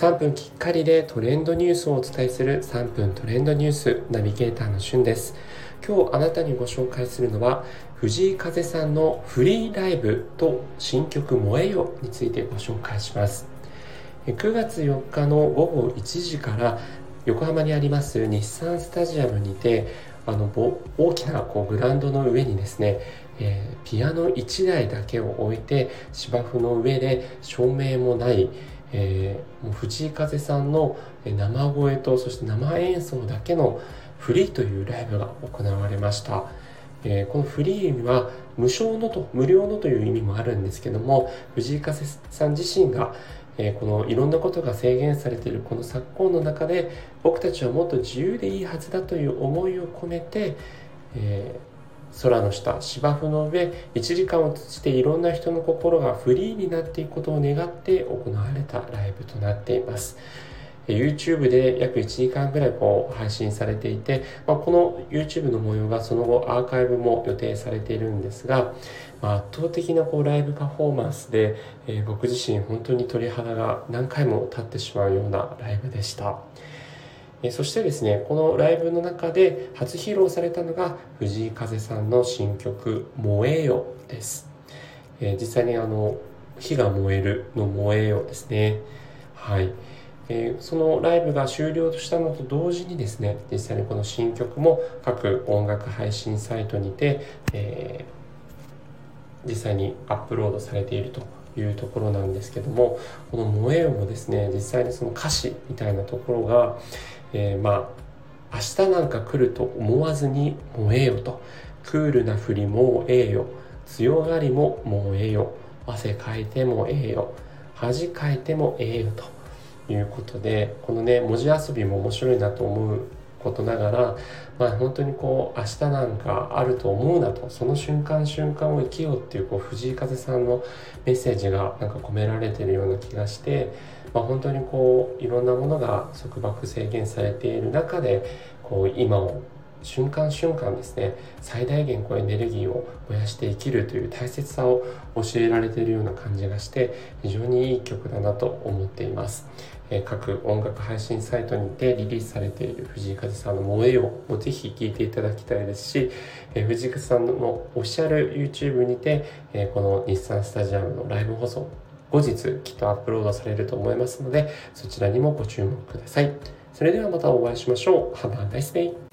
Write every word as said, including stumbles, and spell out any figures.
さんぷんきっかりでトレンドニュースをお伝えするさんぷんトレンドニュースナビゲーターのしゅんです。今日あなたにご紹介するのは藤井風さんのフリーライブと新曲燃えよについてご紹介します。くがつよっかのごごいちじから横浜にあります日産スタジアムにてあの大きなこうグラウンドの上にですね、えー、ピアノいちだいだけを置いて芝生の上で照明もない、えー、もう藤井風さんの生声とそして生演奏だけのフリーというライブが行われました。えー、このフリーには無償のと無料のという意味もあるんですけども、藤井風さん自身がえー、このいろんなことが制限されているこの昨今の中で僕たちはもっと自由でいいはずだという思いを込めて、えー、空の下芝生の上いちじかんを通じていろんな人の心がフリーになっていくことを願って行われたライブとなっています。YouTube で約いちじかんぐらいこう配信されていて、まあ、この YouTube の模様がその後アーカイブも予定されているんですが、まあ、圧倒的なこうライブパフォーマンスで、えー、僕自身本当に鳥肌が何回も立ってしまうようなライブでした。えー、そしてですね、このライブの中で初披露されたのが藤井風さんの新曲「燃えよ」です。えー、実際にあの火が燃えるの燃えよですね。はい。えー、そのライブが終了したのと同時にですね、実際にこの新曲も各音楽配信サイトにて、えー、実際にアップロードされているというところなんですけども、この燃えよもですね、実際にその歌詞みたいなところが、えー、まあ明日なんか来ると思わずに燃えよと、クールな振りもええよ、強がりも燃えよ、汗かいてもええよ、恥かいてもええよということで、このね文字遊びも面白いなと思うことながら、まあ本当にこう明日なんかあると思うなと、その瞬間瞬間を生きようっていうこう藤井風さんのメッセージがなんか込められているような気がして、まあ、本当にこういろんなものが束縛制限されている中でこう今を瞬間瞬間ですね、最大限こうエネルギーを燃やして生きるという大切さを教えられているような感じがして、非常にいい曲だなと思っています。えー、各音楽配信サイトにてリリースされている藤井風さんの燃えよもぜひ聴いていただきたいですし、えー、藤井風さんのオフィシャル YouTube にて、えー、この日産スタジアムのライブ放送後日きっとアップロードされると思いますので、そちらにもご注目ください。それではまたお会いしましょう。Have a nice day!